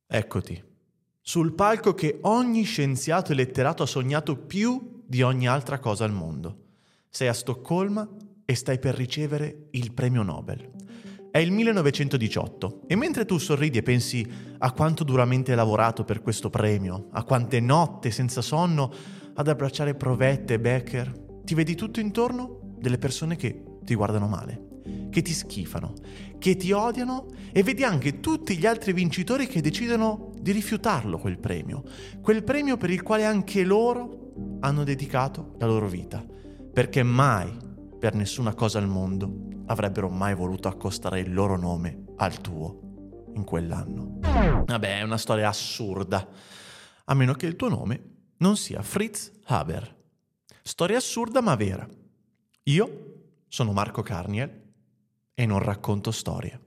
Eccoti, sul palco che ogni scienziato e letterato ha sognato più di ogni altra cosa al mondo. Sei a Stoccolma e stai per ricevere il premio Nobel. È il 1918 e mentre tu sorridi e pensi a quanto duramente hai lavorato per questo premio, a quante notte senza sonno ad abbracciare Provette e Becker, ti vedi tutto intorno delle persone che ti guardano male, che ti schifano, che ti odiano e vedi anche tutti gli altri vincitori che decidono di rifiutarlo quel premio per il quale anche loro hanno dedicato la loro vita, perché mai, per nessuna cosa al mondo, avrebbero mai voluto accostare il loro nome al tuo in quell'anno. Vabbè, è una storia assurda, a meno che il tuo nome non sia Fritz Haber. Storia assurda ma vera. Io sono Marco Carniel e non racconto storie.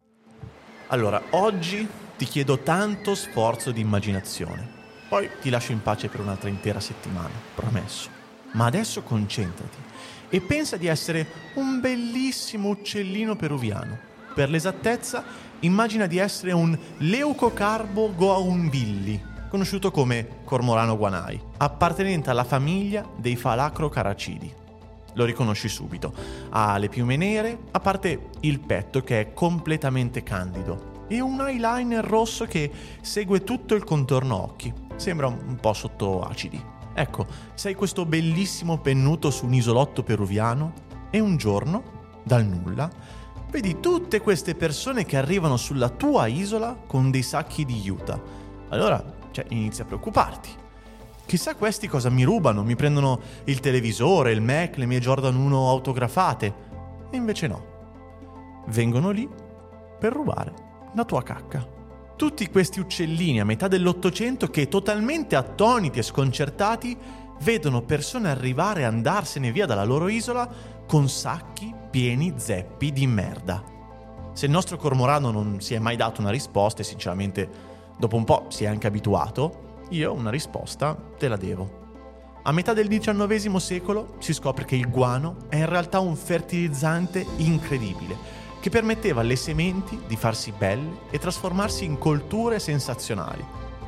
Allora, oggi ti chiedo tanto sforzo di immaginazione. Poi ti lascio in pace per un'altra intera settimana, promesso. Ma adesso concentrati e pensa di essere un bellissimo uccellino peruviano. Per l'esattezza, immagina di essere un Leucocarbo goaumbilli, conosciuto come cormorano guanai, appartenente alla famiglia dei falacrocaracidi. Lo riconosci subito. Ha le piume nere, a parte il petto che è completamente candido, e un eyeliner rosso che segue tutto il contorno occhi. Sembra un po' sotto acidi. Ecco, sei questo bellissimo pennuto su un isolotto peruviano e un giorno, dal nulla, vedi tutte queste persone che arrivano sulla tua isola con dei sacchi di juta. Allora, inizi a preoccuparti. Chissà questi cosa mi rubano, mi prendono il televisore, il Mac, le mie Jordan 1 autografate. E invece no. Vengono lì per rubare la tua cacca. Tutti questi uccellini a metà dell'Ottocento che, totalmente attoniti e sconcertati, vedono persone arrivare e andarsene via dalla loro isola con sacchi pieni zeppi di merda. Se il nostro cormorano non si è mai dato una risposta e sinceramente dopo un po' si è anche abituato, io una risposta te la devo. A metà del XIX secolo si scopre che il guano è in realtà un fertilizzante incredibile che permetteva alle sementi di farsi belle e trasformarsi in colture sensazionali.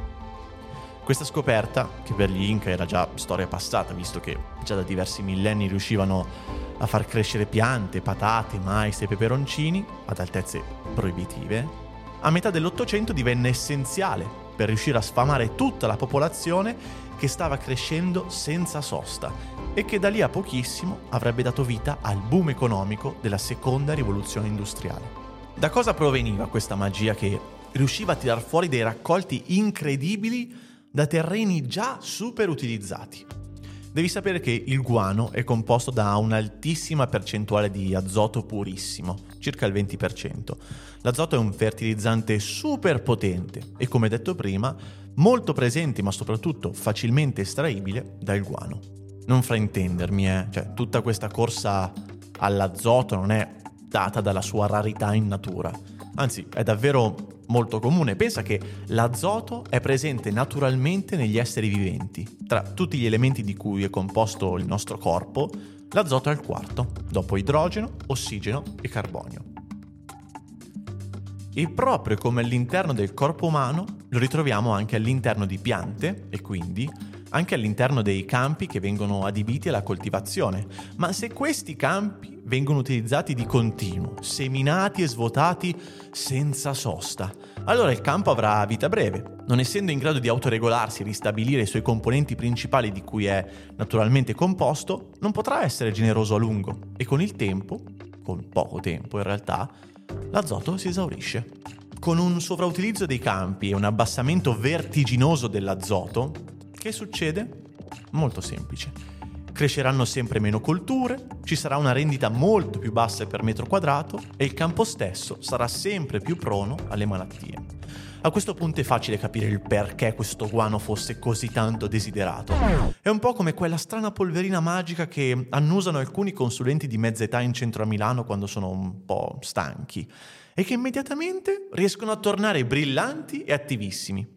Questa scoperta, che per gli Inca era già storia passata, visto che già da diversi millenni riuscivano a far crescere piante, patate, mais e peperoncini ad altezze proibitive, a metà dell'Ottocento divenne essenziale per riuscire a sfamare tutta la popolazione che stava crescendo senza sosta e che da lì a pochissimo avrebbe dato vita al boom economico della seconda rivoluzione industriale. Da cosa proveniva questa magia che riusciva a tirar fuori dei raccolti incredibili da terreni già super utilizzati? Devi sapere che il guano è composto da un'altissima percentuale di azoto purissimo, circa il 20%. L'azoto è un fertilizzante super potente e, come detto prima, molto presente ma soprattutto facilmente estraibile dal guano. Non fraintendermi, tutta questa corsa all'azoto non è data dalla sua rarità in natura. Anzi, è davvero molto comune. Pensa che l'azoto è presente naturalmente negli esseri viventi. Tra tutti gli elementi di cui è composto il nostro corpo, l'azoto è il quarto, dopo idrogeno, ossigeno e carbonio. E proprio come all'interno del corpo umano, lo ritroviamo anche all'interno di piante e quindi anche all'interno dei campi che vengono adibiti alla coltivazione. Ma se questi campi vengono utilizzati di continuo, seminati e svuotati senza sosta, allora il campo avrà vita breve. Non essendo in grado di autoregolarsi e ristabilire i suoi componenti principali di cui è naturalmente composto, non potrà essere generoso a lungo e con il tempo, con poco tempo in realtà, l'azoto si esaurisce. Con un sovrautilizzo dei campi e un abbassamento vertiginoso dell'azoto, che succede? Molto semplice. Cresceranno sempre meno colture, ci sarà una rendita molto più bassa per metro quadrato e il campo stesso sarà sempre più prono alle malattie. A questo punto è facile capire il perché questo guano fosse così tanto desiderato. È un po' come quella strana polverina magica che annusano alcuni consulenti di mezza età in centro a Milano quando sono un po' stanchi e che immediatamente riescono a tornare brillanti e attivissimi.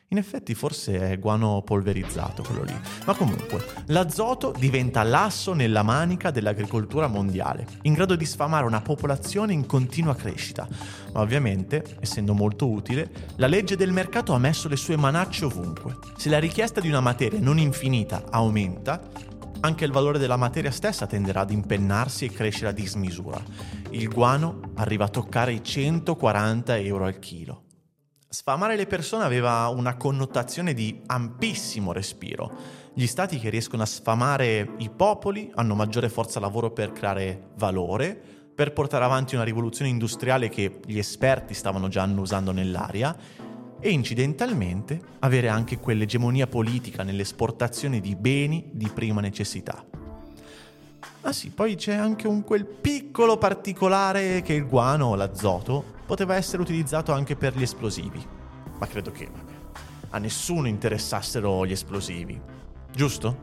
In effetti forse è guano polverizzato quello lì. Ma comunque, l'azoto diventa l'asso nella manica dell'agricoltura mondiale, in grado di sfamare una popolazione in continua crescita. Ma ovviamente, essendo molto utile, la legge del mercato ha messo le sue manacce ovunque. Se la richiesta di una materia non infinita aumenta, anche il valore della materia stessa tenderà ad impennarsi e crescere a dismisura. Il guano arriva a toccare i 140 euro al chilo. Sfamare le persone aveva una connotazione di ampissimo respiro. Gli stati che riescono a sfamare i popoli hanno maggiore forza lavoro per creare valore, per portare avanti una rivoluzione industriale che gli esperti stavano già annusando nell'aria, e incidentalmente avere anche quell'egemonia politica nell'esportazione di beni di prima necessità. Ah sì, poi c'è anche quel piccolo particolare che il guano, l'azoto, poteva essere utilizzato anche per gli esplosivi. Ma credo che a nessuno interessassero gli esplosivi. Giusto?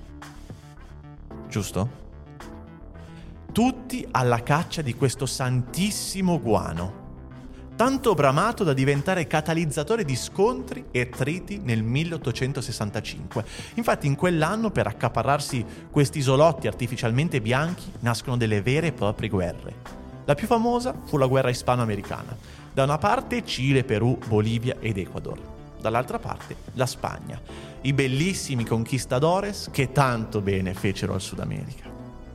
Giusto? Tutti alla caccia di questo santissimo guano, tanto bramato da diventare catalizzatore di scontri e attriti nel 1865. Infatti in quell'anno, per accaparrarsi questi isolotti artificialmente bianchi, nascono delle vere e proprie guerre. La più famosa fu la guerra ispano-americana. Da una parte Cile, Perù, Bolivia ed Ecuador. Dall'altra parte la Spagna. I bellissimi conquistadores che tanto bene fecero al Sud America.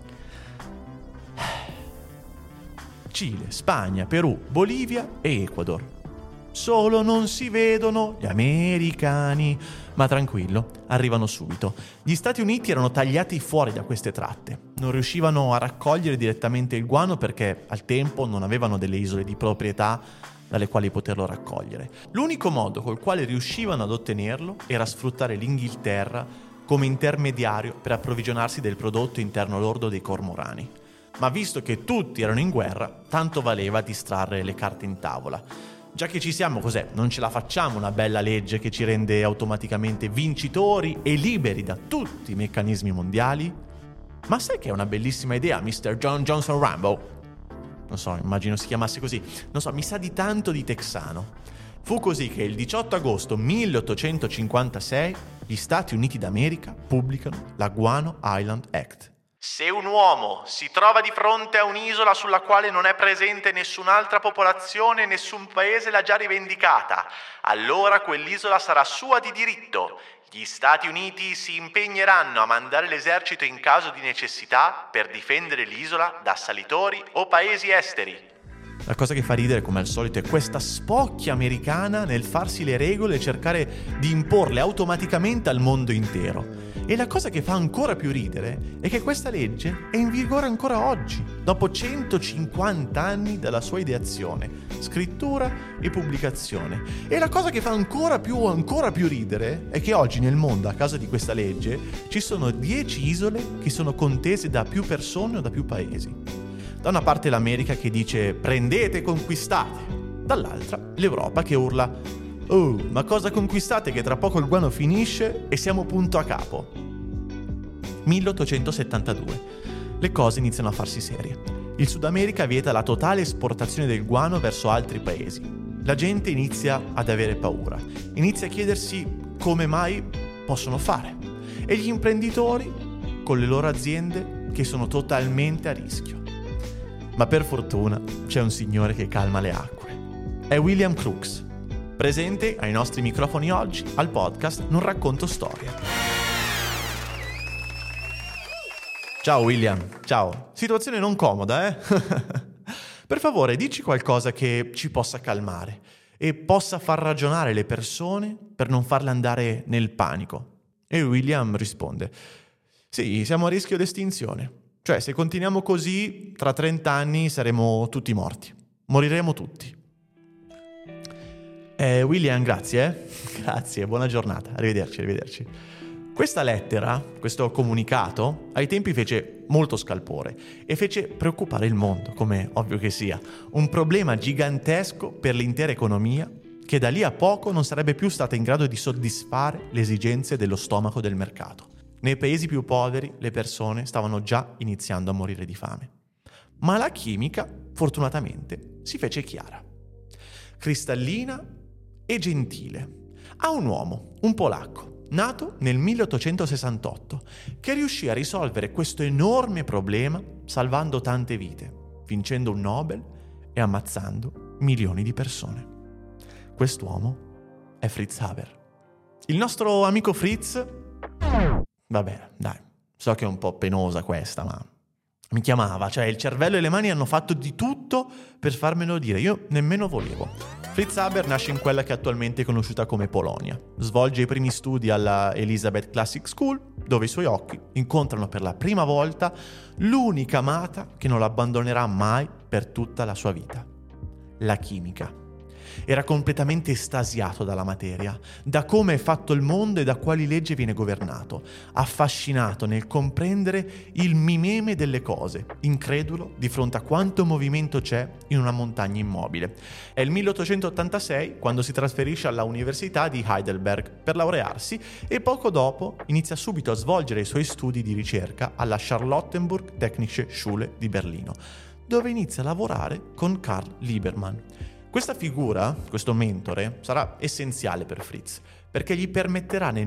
Cile, Spagna, Perù, Bolivia e Ecuador. Solo non si vedono gli americani. Ma tranquillo, arrivano subito. Gli Stati Uniti erano tagliati fuori da queste tratte. Non riuscivano a raccogliere direttamente il guano perché al tempo non avevano delle isole di proprietà dalle quali poterlo raccogliere. L'unico modo col quale riuscivano ad ottenerlo era sfruttare l'Inghilterra come intermediario per approvvigionarsi del prodotto interno lordo dei cormorani. Ma visto che tutti erano in guerra, tanto valeva distrarre le carte in tavola. Già che ci siamo, cos'è? Non ce la facciamo una bella legge che ci rende automaticamente vincitori e liberi da tutti i meccanismi mondiali? Ma sai che è una bellissima idea, Mr. John Johnson Rambo? Non so, immagino si chiamasse così. Non so, mi sa di tanto di texano. Fu così che il 18 agosto 1856 gli Stati Uniti d'America pubblicano la Guano Island Act. Se un uomo si trova di fronte a un'isola sulla quale non è presente nessun'altra popolazione e nessun paese l'ha già rivendicata, allora quell'isola sarà sua di diritto. Gli Stati Uniti si impegneranno a mandare l'esercito in caso di necessità per difendere l'isola da assalitori o paesi esteri. La cosa che fa ridere, come al solito, è questa spocchia americana nel farsi le regole e cercare di imporle automaticamente al mondo intero. E la cosa che fa ancora più ridere è che questa legge è in vigore ancora oggi, dopo 150 anni dalla sua ideazione, scrittura e pubblicazione. E la cosa che fa ancora più ridere è che oggi nel mondo, a causa di questa legge, ci sono 10 isole che sono contese da più persone o da più paesi. Da una parte l'America che dice prendete e conquistate, dall'altra l'Europa che urla oh, ma cosa conquistate che tra poco il guano finisce e siamo punto a capo. 1872. Le cose iniziano a farsi serie. Il Sud America vieta la totale esportazione del guano verso altri paesi. La gente inizia ad avere paura. Inizia a chiedersi come mai possono fare. E gli imprenditori con le loro aziende che sono totalmente a rischio. Ma per fortuna c'è un signore che calma le acque. È William Crookes, presente ai nostri microfoni oggi al podcast Non racconto storie. Ciao William, ciao. Situazione non comoda, eh? Per favore, dici qualcosa che ci possa calmare e possa far ragionare le persone per non farle andare nel panico. E William risponde: sì, siamo a rischio di estinzione. Cioè, se continuiamo così, tra 30 anni saremo tutti morti. Moriremo tutti. William, grazie. Grazie, buona giornata. Arrivederci. Questa lettera, questo comunicato, ai tempi fece molto scalpore e fece preoccupare il mondo, come ovvio che sia. Un problema gigantesco per l'intera economia che da lì a poco non sarebbe più stata in grado di soddisfare le esigenze dello stomaco del mercato. Nei paesi più poveri le persone stavano già iniziando a morire di fame. Ma la chimica, fortunatamente, si fece chiara, cristallina e gentile. A un uomo, un polacco, nato nel 1868, che riuscì a risolvere questo enorme problema salvando tante vite, vincendo un Nobel e ammazzando milioni di persone. Quest'uomo è Fritz Haber. Il nostro amico Fritz... Vabbè, dai, so che è un po' penosa questa, ma mi chiamava, cioè il cervello e le mani hanno fatto di tutto per farmelo dire, io nemmeno volevo. Fritz Haber nasce in quella che attualmente è conosciuta come Polonia. Svolge i primi studi alla Elizabeth Classic School, dove i suoi occhi incontrano per la prima volta l'unica amata che non l'abbandonerà mai per tutta la sua vita: la chimica. Era completamente estasiato dalla materia, da come è fatto il mondo e da quali leggi viene governato, affascinato nel comprendere il mimeme delle cose, incredulo di fronte a quanto movimento c'è in una montagna immobile. È il 1886 quando si trasferisce alla Università di Heidelberg per laurearsi e poco dopo inizia subito a svolgere i suoi studi di ricerca alla Charlottenburg Technische Schule di Berlino, dove inizia a lavorare con Karl Liebermann. Questa figura, questo mentore, sarà essenziale per Fritz, perché gli permetterà nel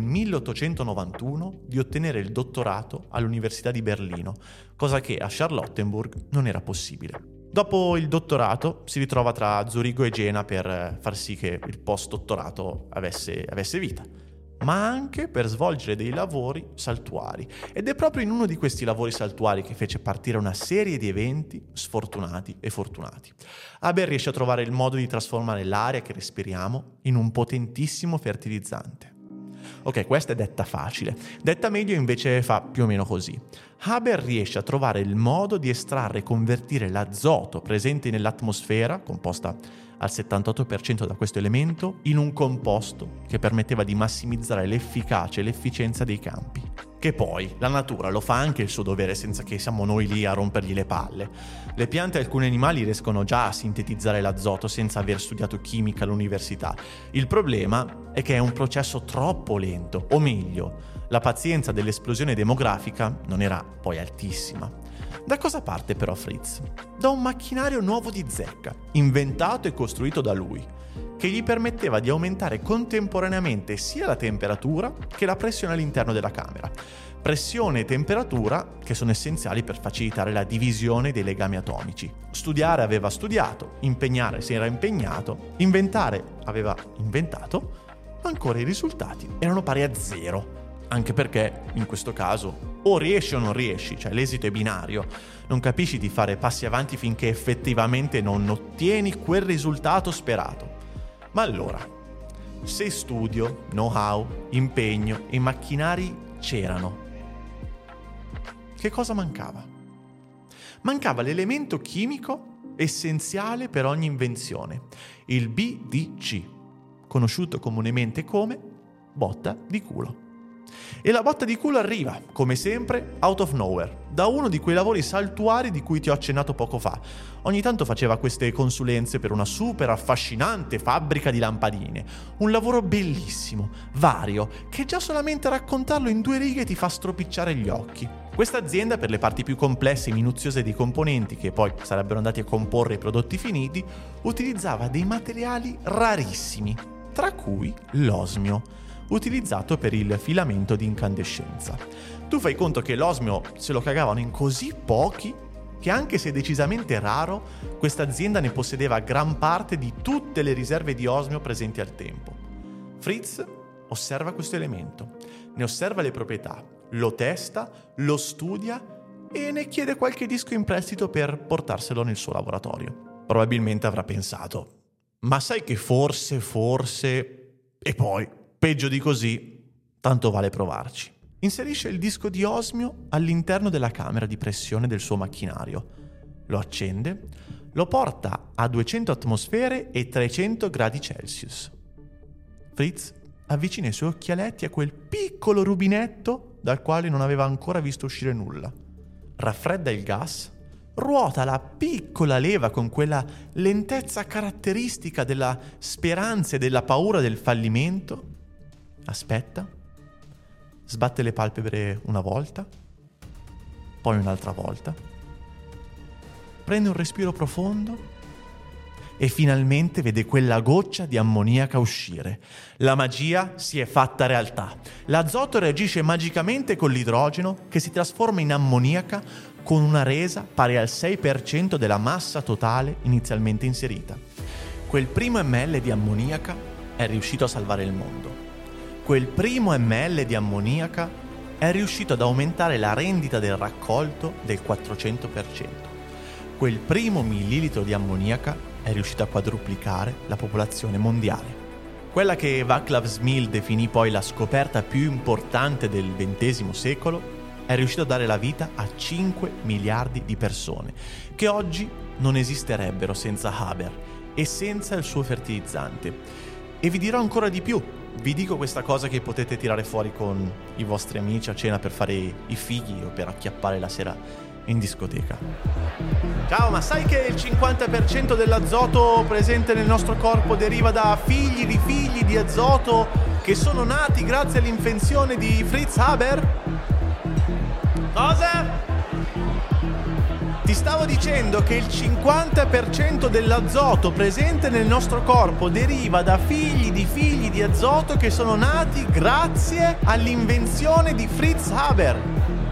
1891 di ottenere il dottorato all'Università di Berlino, cosa che a Charlottenburg non era possibile. Dopo il dottorato si ritrova tra Zurigo e Jena per far sì che il post-dottorato avesse vita, ma anche per svolgere dei lavori saltuari. Ed è proprio in uno di questi lavori saltuari che fece partire una serie di eventi sfortunati e fortunati. Haber riesce a trovare il modo di trasformare l'aria che respiriamo in un potentissimo fertilizzante. Ok, questa è detta facile. Detta meglio invece fa più o meno così. Haber riesce a trovare il modo di estrarre e convertire l'azoto presente nell'atmosfera, composta al 78% da questo elemento, in un composto che permetteva di massimizzare l'efficacia e l'efficienza dei campi. Che poi la natura lo fa anche il suo dovere senza che siamo noi lì a rompergli le palle. Le piante e alcuni animali riescono già a sintetizzare l'azoto senza aver studiato chimica all'università. Il problema è che è un processo troppo lento, o meglio, la pazienza dell'esplosione demografica non era poi altissima. Da cosa parte però Fritz? Da un macchinario nuovo di zecca, inventato e costruito da lui, che gli permetteva di aumentare contemporaneamente sia la temperatura che la pressione all'interno della camera. Pressione e temperatura che sono essenziali per facilitare la divisione dei legami atomici. Studiare aveva studiato, impegnare si era impegnato, inventare aveva inventato, ma ancora i risultati erano pari a zero. Anche perché, in questo caso, o riesci o non riesci, cioè l'esito è binario. Non capisci di fare passi avanti finché effettivamente non ottieni quel risultato sperato. Ma allora, se studio, know-how, impegno e macchinari c'erano, che cosa mancava? Mancava l'elemento chimico essenziale per ogni invenzione, il BDC, conosciuto comunemente come botta di culo. E la botta di culo arriva, come sempre, out of nowhere, da uno di quei lavori saltuari di cui ti ho accennato poco fa. Ogni tanto faceva queste consulenze per una super affascinante fabbrica di lampadine. Un lavoro bellissimo, vario, che già solamente raccontarlo in 2 righe ti fa stropicciare gli occhi. Questa azienda, per le parti più complesse e minuziose dei componenti che poi sarebbero andati a comporre i prodotti finiti, utilizzava dei materiali rarissimi, tra cui l'osmio, utilizzato per il filamento di incandescenza. Tu fai conto che l'osmio se lo cagavano in così pochi che, anche se decisamente raro, questa azienda ne possedeva gran parte di tutte le riserve di osmio presenti al tempo. Fritz osserva questo elemento, ne osserva le proprietà, lo testa, lo studia e ne chiede qualche disco in prestito per portarselo nel suo laboratorio. Probabilmente avrà pensato: ma sai che forse... e poi, peggio di così, tanto vale provarci. Inserisce il disco di osmio all'interno della camera di pressione del suo macchinario. Lo accende, lo porta a 200 atmosfere e 300 gradi Celsius. Fritz avvicina i suoi occhialetti a quel piccolo rubinetto dal quale non aveva ancora visto uscire nulla. Raffredda il gas, ruota la piccola leva con quella lentezza caratteristica della speranza e della paura del fallimento, aspetta, sbatte le palpebre una volta, poi un'altra volta, prende un respiro profondo e finalmente vede quella goccia di ammoniaca uscire. La magia si è fatta realtà. L'azoto reagisce magicamente con l'idrogeno che si trasforma in ammoniaca con una resa pari al 6% della massa totale inizialmente inserita. Quel primo ml di ammoniaca è riuscito a salvare il mondo. Quel primo ml di ammoniaca è riuscito ad aumentare la rendita del raccolto del 400%. Quel primo millilitro di ammoniaca è riuscito a quadruplicare la popolazione mondiale. Quella che Václav Smil definì poi la scoperta più importante del XX secolo è riuscito a dare la vita a 5 miliardi di persone, che oggi non esisterebbero senza Haber e senza il suo fertilizzante. E vi dirò ancora di più. Vi dico questa cosa che potete tirare fuori con i vostri amici a cena per fare i fighi o per acchiappare la sera in discoteca. Ciao, ma sai che il 50% dell'azoto presente nel nostro corpo deriva da figli di azoto che sono nati grazie all'invenzione di Fritz Haber? Cosa? Ti stavo dicendo che il 50% dell'azoto presente nel nostro corpo deriva da figli di azoto che sono nati grazie all'invenzione di Fritz Haber.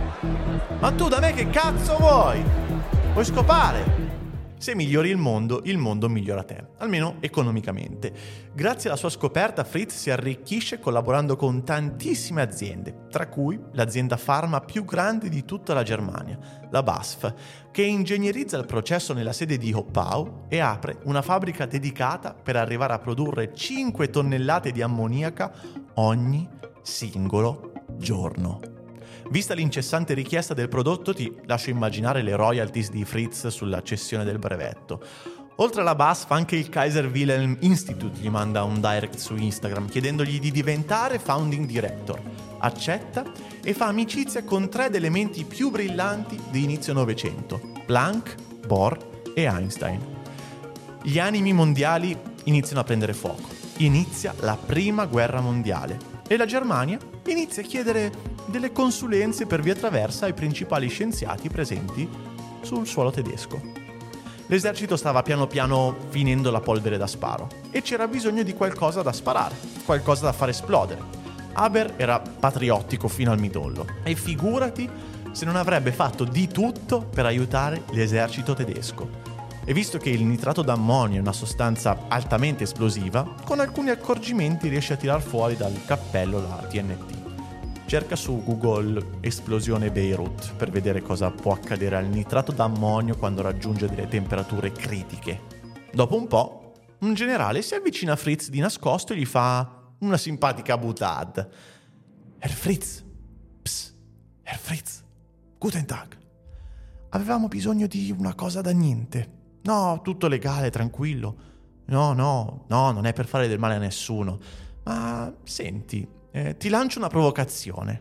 Ma tu da me che cazzo vuoi? Vuoi scopare? Se migliori il mondo migliora te, almeno economicamente. Grazie alla sua scoperta Fritz si arricchisce collaborando con tantissime aziende, tra cui l'azienda farma più grande di tutta la Germania, la BASF, che ingegnerizza il processo nella sede di Oppau e apre una fabbrica dedicata per arrivare a produrre 5 tonnellate di ammoniaca ogni singolo giorno. Vista l'incessante richiesta del prodotto, ti lascio immaginare le royalties di Fritz sulla cessione del brevetto. Oltre alla BASF, anche il Kaiser Wilhelm Institute gli manda un direct su Instagram chiedendogli di diventare founding director. Accetta e fa amicizia con 3 dei elementi più brillanti di inizio Novecento: Planck, Bohr e Einstein. Gli animi mondiali iniziano a prendere fuoco. Inizia la prima guerra mondiale e la Germania inizia a chiedere delle consulenze per via traversa ai principali scienziati presenti sul suolo tedesco. L'esercito stava piano piano finendo la polvere da sparo e c'era bisogno di qualcosa da sparare, qualcosa da far esplodere. Haber era patriottico fino al midollo e figurati se non avrebbe fatto di tutto per aiutare l'esercito tedesco. E visto che il nitrato d'ammonio è una sostanza altamente esplosiva, con alcuni accorgimenti riesce a tirar fuori dal cappello la TNT. Cerca su Google esplosione Beirut per vedere cosa può accadere al nitrato d'ammonio quando raggiunge delle temperature critiche. Dopo un po', un generale si avvicina a Fritz di nascosto e gli fa una simpatica boutade. Herr Fritz, psst, Herr Fritz, guten Tag. Avevamo bisogno di una cosa da niente. No, tutto legale, tranquillo. No, non è per fare del male a nessuno. Ma senti, ti lancio una provocazione,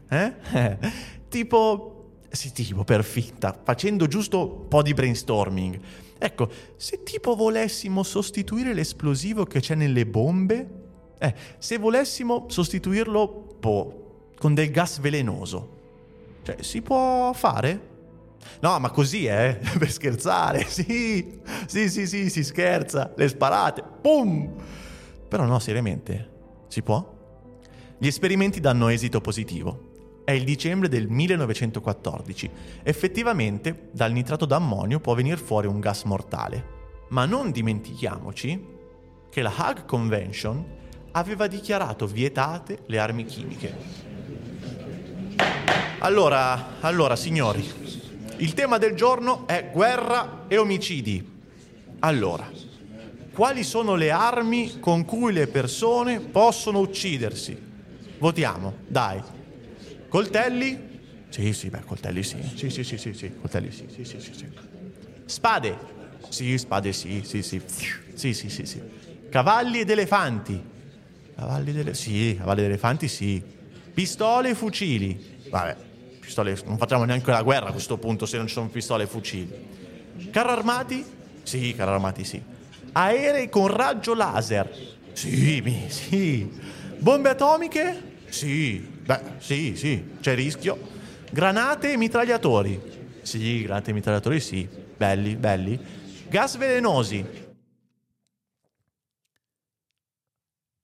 tipo per finta, facendo giusto un po' di brainstorming. Ecco, se tipo volessimo sostituire l'esplosivo che c'è nelle bombe, se volessimo sostituirlo, con del gas velenoso, cioè, si può fare? No, ma così, per scherzare, sì, si scherza, le sparate, pum! Però no, seriamente, si può? Gli esperimenti danno esito positivo. È il dicembre del 1914. Effettivamente, dal nitrato d'ammonio può venire fuori un gas mortale. Ma non dimentichiamoci che la Hague Convention aveva dichiarato vietate le armi chimiche. Allora, signori, il tema del giorno è guerra e omicidi. Allora, quali sono le armi con cui le persone possono uccidersi? Votiamo, dai. Coltelli? Sì, coltelli sì. Sì, coltelli sì. Spade? Sì, spade sì. Sì. Cavalli ed elefanti? Cavalli ed elefanti sì. Pistole e fucili? Vabbè, pistole, non facciamo neanche la guerra a questo punto se non ci sono pistole e fucili. Carri armati? Sì, carri armati sì. Aerei con raggio laser? Sì. Bombe atomiche? Sì, sì, c'è rischio. Granate e mitragliatori? Sì, granate e mitragliatori sì. Belli. Gas velenosi?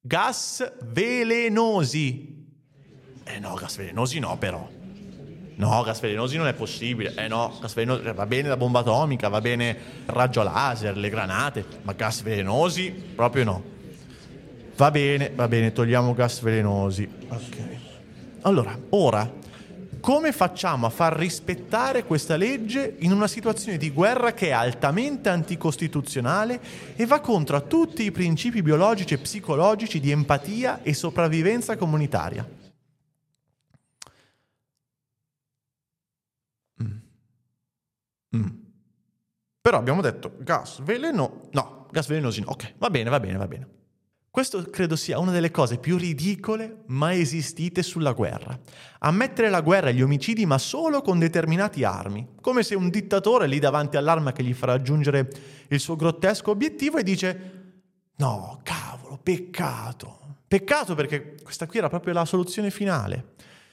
gas velenosi. No, gas velenosi no però. No, gas velenosi non è possibile. No, gas velenosi, va bene la bomba atomica, va bene il raggio laser, le granate, ma gas velenosi proprio no. Va bene, togliamo gas velenosi. Ok. Allora, ora, come facciamo a far rispettare questa legge in una situazione di guerra che è altamente anticostituzionale e va contro a tutti i principi biologici e psicologici di empatia e sopravvivenza comunitaria? Però abbiamo detto gas velenosi no. Ok, va bene. Questo credo sia una delle cose più ridicole mai esistite sulla guerra. Ammettere la guerra e gli omicidi, ma solo con determinate armi. Come se un dittatore lì davanti all'arma che gli fa raggiungere il suo grottesco obiettivo e dice: no, cavolo, peccato. Peccato perché questa qui era proprio la soluzione finale.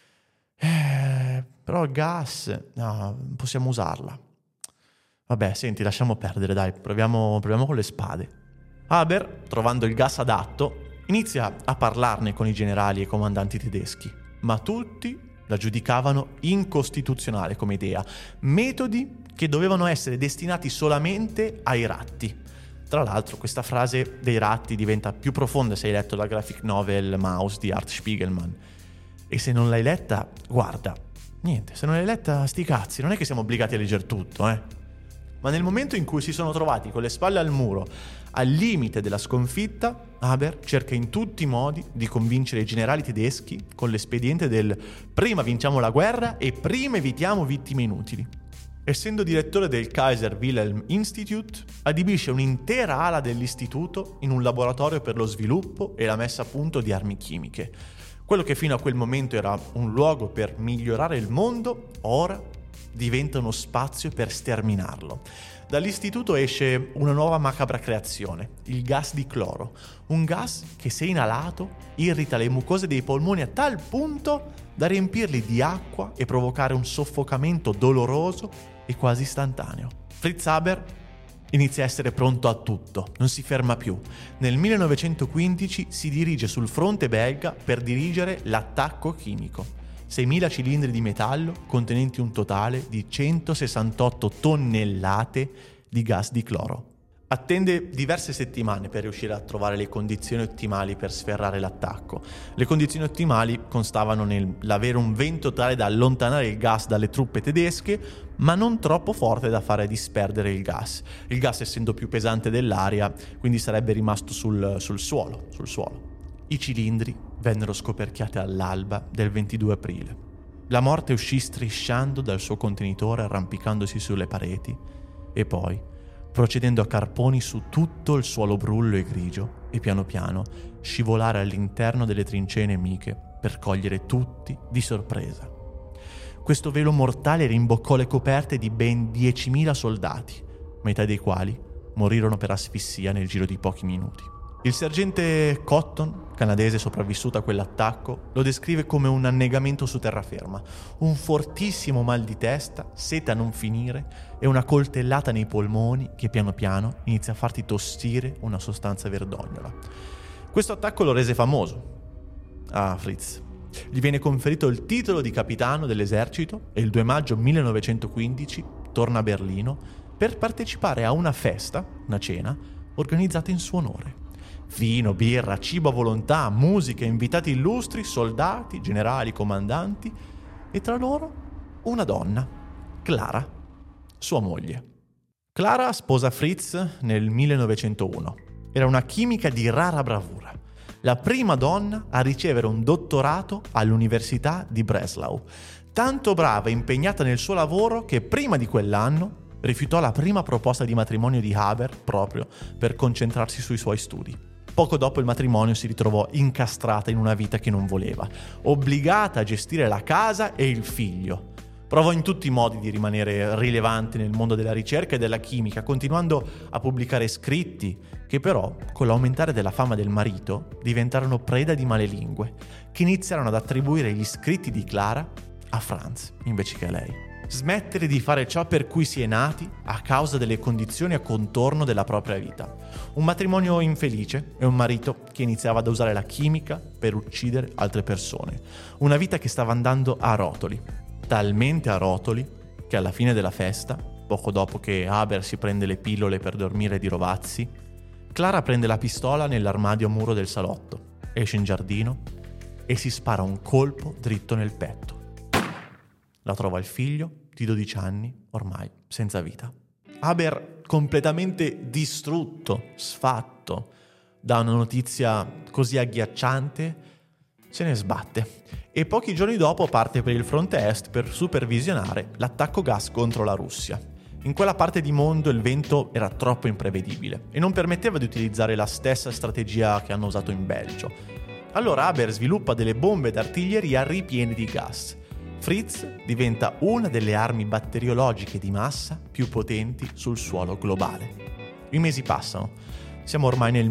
Però il gas, no, possiamo usarla. Vabbè, senti, lasciamo perdere, dai, proviamo con le spade. Haber, trovando il gas adatto, inizia a parlarne con i generali e comandanti tedeschi, ma tutti la giudicavano incostituzionale come idea, metodi che dovevano essere destinati solamente ai ratti. Tra l'altro questa frase dei ratti diventa più profonda se hai letto la graphic novel Maus di Art Spiegelman. E se non l'hai letta, guarda, niente, se non l'hai letta, sti cazzi, non è che siamo obbligati a leggere tutto, Ma nel momento in cui si sono trovati con le spalle al muro, al limite della sconfitta, Haber cerca in tutti i modi di convincere i generali tedeschi con l'espediente del prima vinciamo la guerra e prima evitiamo vittime inutili. Essendo direttore del Kaiser Wilhelm Institute, adibisce un'intera ala dell'istituto in un laboratorio per lo sviluppo e la messa a punto di armi chimiche. Quello che fino a quel momento era un luogo per migliorare il mondo, ora diventa uno spazio per sterminarlo. Dall'istituto esce una nuova macabra creazione, il gas di cloro, un gas che se inalato irrita le mucose dei polmoni a tal punto da riempirli di acqua e provocare un soffocamento doloroso e quasi istantaneo. Fritz Haber inizia a essere pronto a tutto, non si ferma più. Nel 1915 si dirige sul fronte belga per dirigere l'attacco chimico. 6.000 cilindri di metallo contenenti un totale di 168 tonnellate di gas di cloro. Attende diverse settimane per riuscire a trovare le condizioni ottimali per sferrare l'attacco. Le condizioni ottimali constavano nell'avere un vento tale da allontanare il gas dalle truppe tedesche, ma non troppo forte da fare disperdere il gas. Il gas, essendo più pesante dell'aria, quindi sarebbe rimasto sul suolo. I cilindri vennero scoperchiati all'alba del 22 aprile. La morte uscì strisciando dal suo contenitore, arrampicandosi sulle pareti e poi, procedendo a carponi su tutto il suolo brullo e grigio, e piano piano scivolare all'interno delle trincee nemiche per cogliere tutti di sorpresa. Questo velo mortale rimboccò le coperte di ben 10.000 soldati, metà dei quali morirono per asfissia nel giro di pochi minuti. Il sergente Cotton, canadese sopravvissuto a quell'attacco, lo descrive come un annegamento su terraferma, un fortissimo mal di testa, sete a non finire e una coltellata nei polmoni che piano piano inizia a farti tossire una sostanza verdognola. Questo attacco lo rese famoso a Fritz. Gli viene conferito il titolo di capitano dell'esercito e il 2 maggio 1915 torna a Berlino per partecipare a una festa, una cena, organizzata in suo onore. Vino, birra, cibo a volontà, musica, invitati illustri, soldati, generali, comandanti e tra loro una donna, Clara, sua moglie. Clara sposa Fritz nel 1901. Era una chimica di rara bravura, la prima donna a ricevere un dottorato all'Università di Breslau. Tanto brava e impegnata nel suo lavoro che prima di quell'anno rifiutò la prima proposta di matrimonio di Haber proprio per concentrarsi sui suoi studi. Poco dopo il matrimonio si ritrovò incastrata in una vita che non voleva, obbligata a gestire la casa e il figlio. Provò in tutti i modi di rimanere rilevante nel mondo della ricerca e della chimica, continuando a pubblicare scritti che però, con l'aumentare della fama del marito, diventarono preda di malelingue, che iniziarono ad attribuire gli scritti di Clara a Franz invece che a lei. Smettere di fare ciò per cui si è nati a causa delle condizioni a contorno della propria vita. Un matrimonio infelice e un marito che iniziava ad usare la chimica per uccidere altre persone. Una vita che stava andando a rotoli. Talmente a rotoli che alla fine della festa, poco dopo che Haber si prende le pillole per dormire di rovazzi, Clara prende la pistola nell'armadio a muro del salotto, esce in giardino e si spara un colpo dritto nel petto. La trova il figlio di 12 anni, ormai senza vita. Haber, completamente distrutto, sfatto da una notizia così agghiacciante, se ne sbatte e pochi giorni dopo parte per il fronte est per supervisionare l'attacco gas contro la Russia. In quella parte di mondo il vento era troppo imprevedibile e non permetteva di utilizzare la stessa strategia che hanno usato in Belgio. Allora Haber sviluppa delle bombe d'artiglieria ripiene di gas. Fritz diventa una delle armi batteriologiche di massa più potenti sul suolo globale. I mesi passano, siamo ormai nel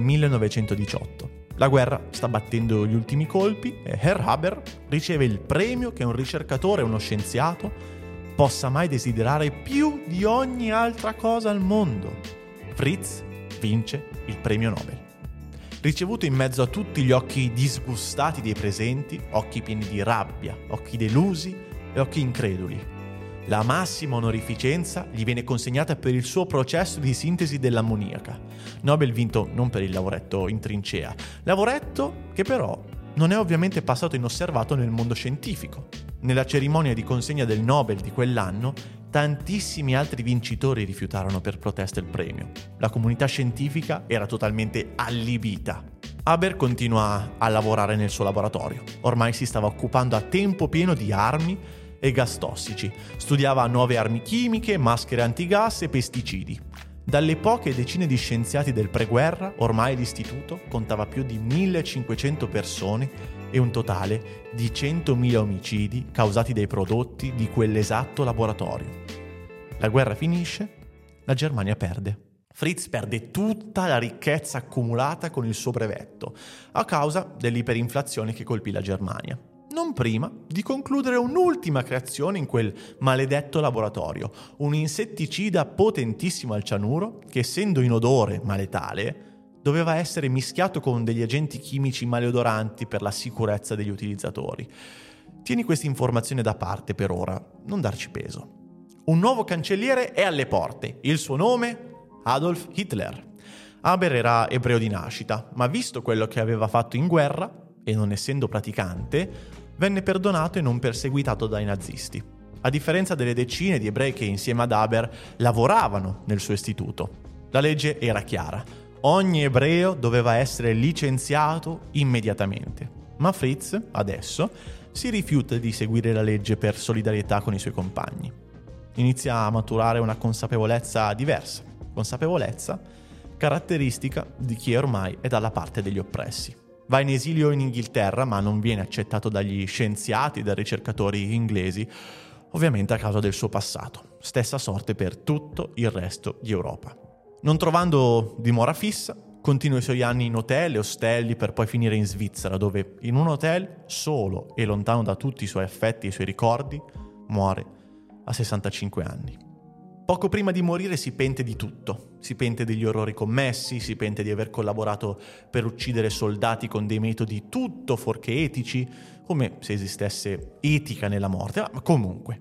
1918. La guerra sta battendo gli ultimi colpi e Herr Haber riceve il premio che un ricercatore e uno scienziato possa mai desiderare più di ogni altra cosa al mondo. Fritz vince il premio Nobel. Ricevuto in mezzo a tutti gli occhi disgustati dei presenti, occhi pieni di rabbia, occhi delusi e occhi increduli. La massima onorificenza gli viene consegnata per il suo processo di sintesi dell'ammoniaca. Nobel vinto non per il lavoretto in trincea, lavoretto che però non è ovviamente passato inosservato nel mondo scientifico. Nella cerimonia di consegna del Nobel di quell'anno, tantissimi altri vincitori rifiutarono per protesta il premio. La comunità scientifica era totalmente allibita. Haber continua a lavorare nel suo laboratorio. Ormai si stava occupando a tempo pieno di armi e gas tossici. Studiava nuove armi chimiche, maschere antigas e pesticidi. Dalle poche decine di scienziati del preguerra, ormai l'istituto contava più di 1500 persone e un totale di 100.000 omicidi causati dai prodotti di quell'esatto laboratorio. La guerra finisce, la Germania perde. Fritz perde tutta la ricchezza accumulata con il suo brevetto, a causa dell'iperinflazione che colpì la Germania. Non prima di concludere un'ultima creazione in quel maledetto laboratorio, un insetticida potentissimo al cianuro che, essendo inodore ma letale, doveva essere mischiato con degli agenti chimici maleodoranti per la sicurezza degli utilizzatori. Tieni questa informazione da parte per ora, non darci peso. Un nuovo cancelliere è alle porte, il suo nome? Adolf Hitler. Haber era ebreo di nascita, ma visto quello che aveva fatto in guerra, e non essendo praticante, venne perdonato e non perseguitato dai nazisti. A differenza delle decine di ebrei che insieme ad Haber lavoravano nel suo istituto. La legge era chiara. Ogni ebreo doveva essere licenziato immediatamente. Ma Fritz, adesso, si rifiuta di seguire la legge per solidarietà con i suoi compagni. Inizia a maturare una consapevolezza diversa. Consapevolezza caratteristica di chi ormai è dalla parte degli oppressi. Va in esilio in Inghilterra, ma non viene accettato dagli scienziati e dai ricercatori inglesi, ovviamente a causa del suo passato. Stessa sorte per tutto il resto di Europa. Non trovando dimora fissa, continua i suoi anni in hotel e ostelli per poi finire in Svizzera, dove in un hotel, solo e lontano da tutti i suoi affetti e i suoi ricordi, muore a 65 anni. Poco prima di morire si pente di tutto. Si pente degli orrori commessi, si pente di aver collaborato per uccidere soldati con dei metodi tutto fuorché etici, come se esistesse etica nella morte, ma comunque.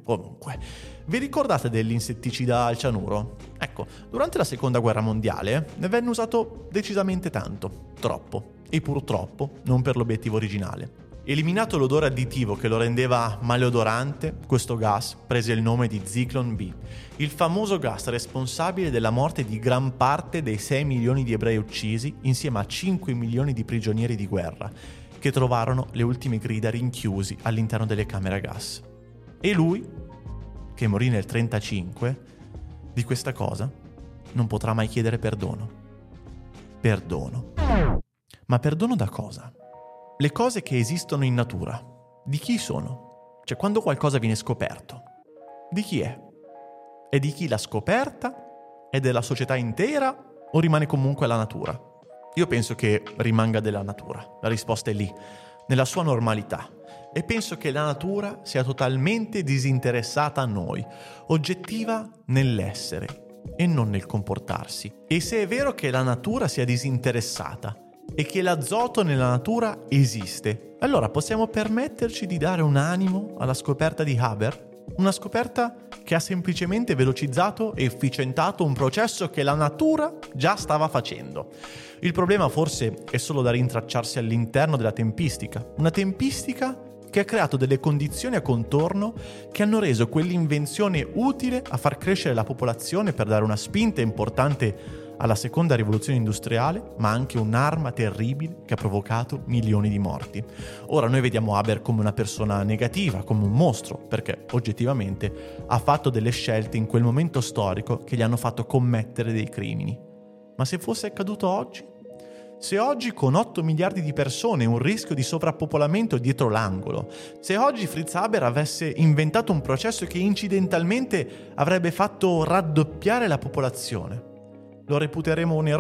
Vi ricordate dell'insetticida al cianuro? Ecco, durante la Seconda Guerra Mondiale ne venne usato decisamente tanto, troppo, e purtroppo non per l'obiettivo originale. Eliminato l'odore additivo che lo rendeva maleodorante, questo gas prese il nome di Zyklon B, il famoso gas responsabile della morte di gran parte dei 6 milioni di ebrei uccisi insieme a 5 milioni di prigionieri di guerra, che trovarono le ultime grida rinchiusi all'interno delle camere a gas. E lui, che morì nel 1935, di questa cosa non potrà mai chiedere perdono. Perdono. Ma perdono da cosa? Le cose che esistono in natura, di chi sono? Cioè, quando qualcosa viene scoperto, di chi è? È di chi l'ha scoperta? È della società intera? O rimane comunque la natura? Io penso che rimanga della natura. La risposta è lì, nella sua normalità. e penso che la natura sia totalmente disinteressata a noi, oggettiva nell'essere e non nel comportarsi. E se è vero che la natura sia disinteressata e che l'azoto nella natura esiste, allora possiamo permetterci di dare un animo alla scoperta di Haber? Una scoperta che ha semplicemente velocizzato e efficientato un processo che la natura già stava facendo. Il problema forse è solo da rintracciarsi all'interno della tempistica, una tempistica che ha creato delle condizioni a contorno che hanno reso quell'invenzione utile a far crescere la popolazione per dare una spinta importante alla seconda rivoluzione industriale, ma anche un'arma terribile che ha provocato milioni di morti. Ora noi vediamo Haber come una persona negativa, come un mostro, perché oggettivamente ha fatto delle scelte in quel momento storico che gli hanno fatto commettere dei crimini. Ma se fosse accaduto oggi? Se oggi con 8 miliardi di persone un rischio di sovrappopolamento dietro l'angolo, se oggi Fritz Haber avesse inventato un processo che incidentalmente avrebbe fatto raddoppiare la popolazione, lo reputeremo un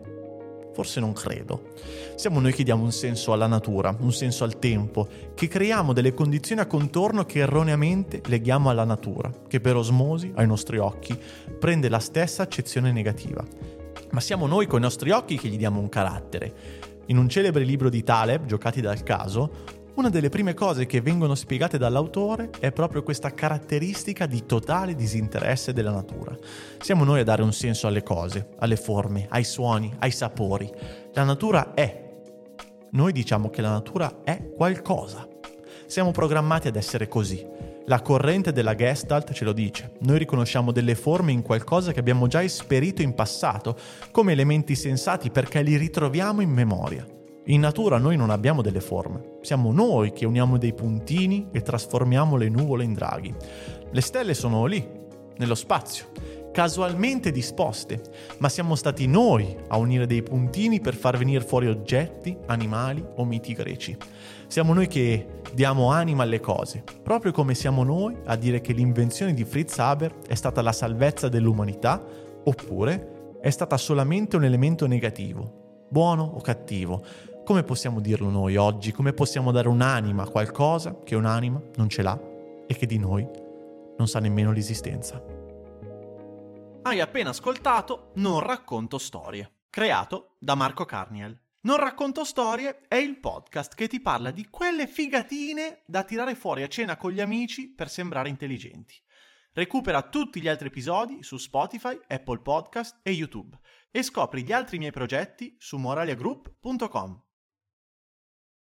eroe? Forse non credo. Siamo noi che diamo un senso alla natura, un senso al tempo, che creiamo delle condizioni a contorno che erroneamente leghiamo alla natura, che per osmosi, ai nostri occhi, prende la stessa accezione negativa. Ma siamo noi con i nostri occhi che gli diamo un carattere. In un celebre libro di Taleb, Giocati dal caso, una delle prime cose che vengono spiegate dall'autore è proprio questa caratteristica di totale disinteresse della natura. Siamo noi a dare un senso alle cose, alle forme, ai suoni, ai sapori. La natura è. Noi diciamo che la natura è qualcosa. Siamo programmati ad essere così. La corrente della Gestalt ce lo dice. Noi riconosciamo delle forme in qualcosa che abbiamo già esperito in passato, come elementi sensati perché li ritroviamo in memoria. In natura noi non abbiamo delle forme, siamo noi che uniamo dei puntini e trasformiamo le nuvole in draghi. Le stelle sono lì, nello spazio, casualmente disposte, ma siamo stati noi a unire dei puntini per far venire fuori oggetti, animali o miti greci. Siamo noi che diamo anima alle cose, proprio come siamo noi a dire che l'invenzione di Fritz Haber è stata la salvezza dell'umanità, oppure è stata solamente un elemento negativo, buono o cattivo. Come possiamo dirlo noi oggi? Come possiamo dare un'anima a qualcosa che un'anima non ce l'ha e che di noi non sa nemmeno l'esistenza? Hai appena ascoltato Non racconto storie, creato da Marco Carniel. Non racconto storie è il podcast che ti parla di quelle figatine da tirare fuori a cena con gli amici per sembrare intelligenti. Recupera tutti gli altri episodi su Spotify, Apple Podcast e YouTube e scopri gli altri miei progetti su moraliagroup.com.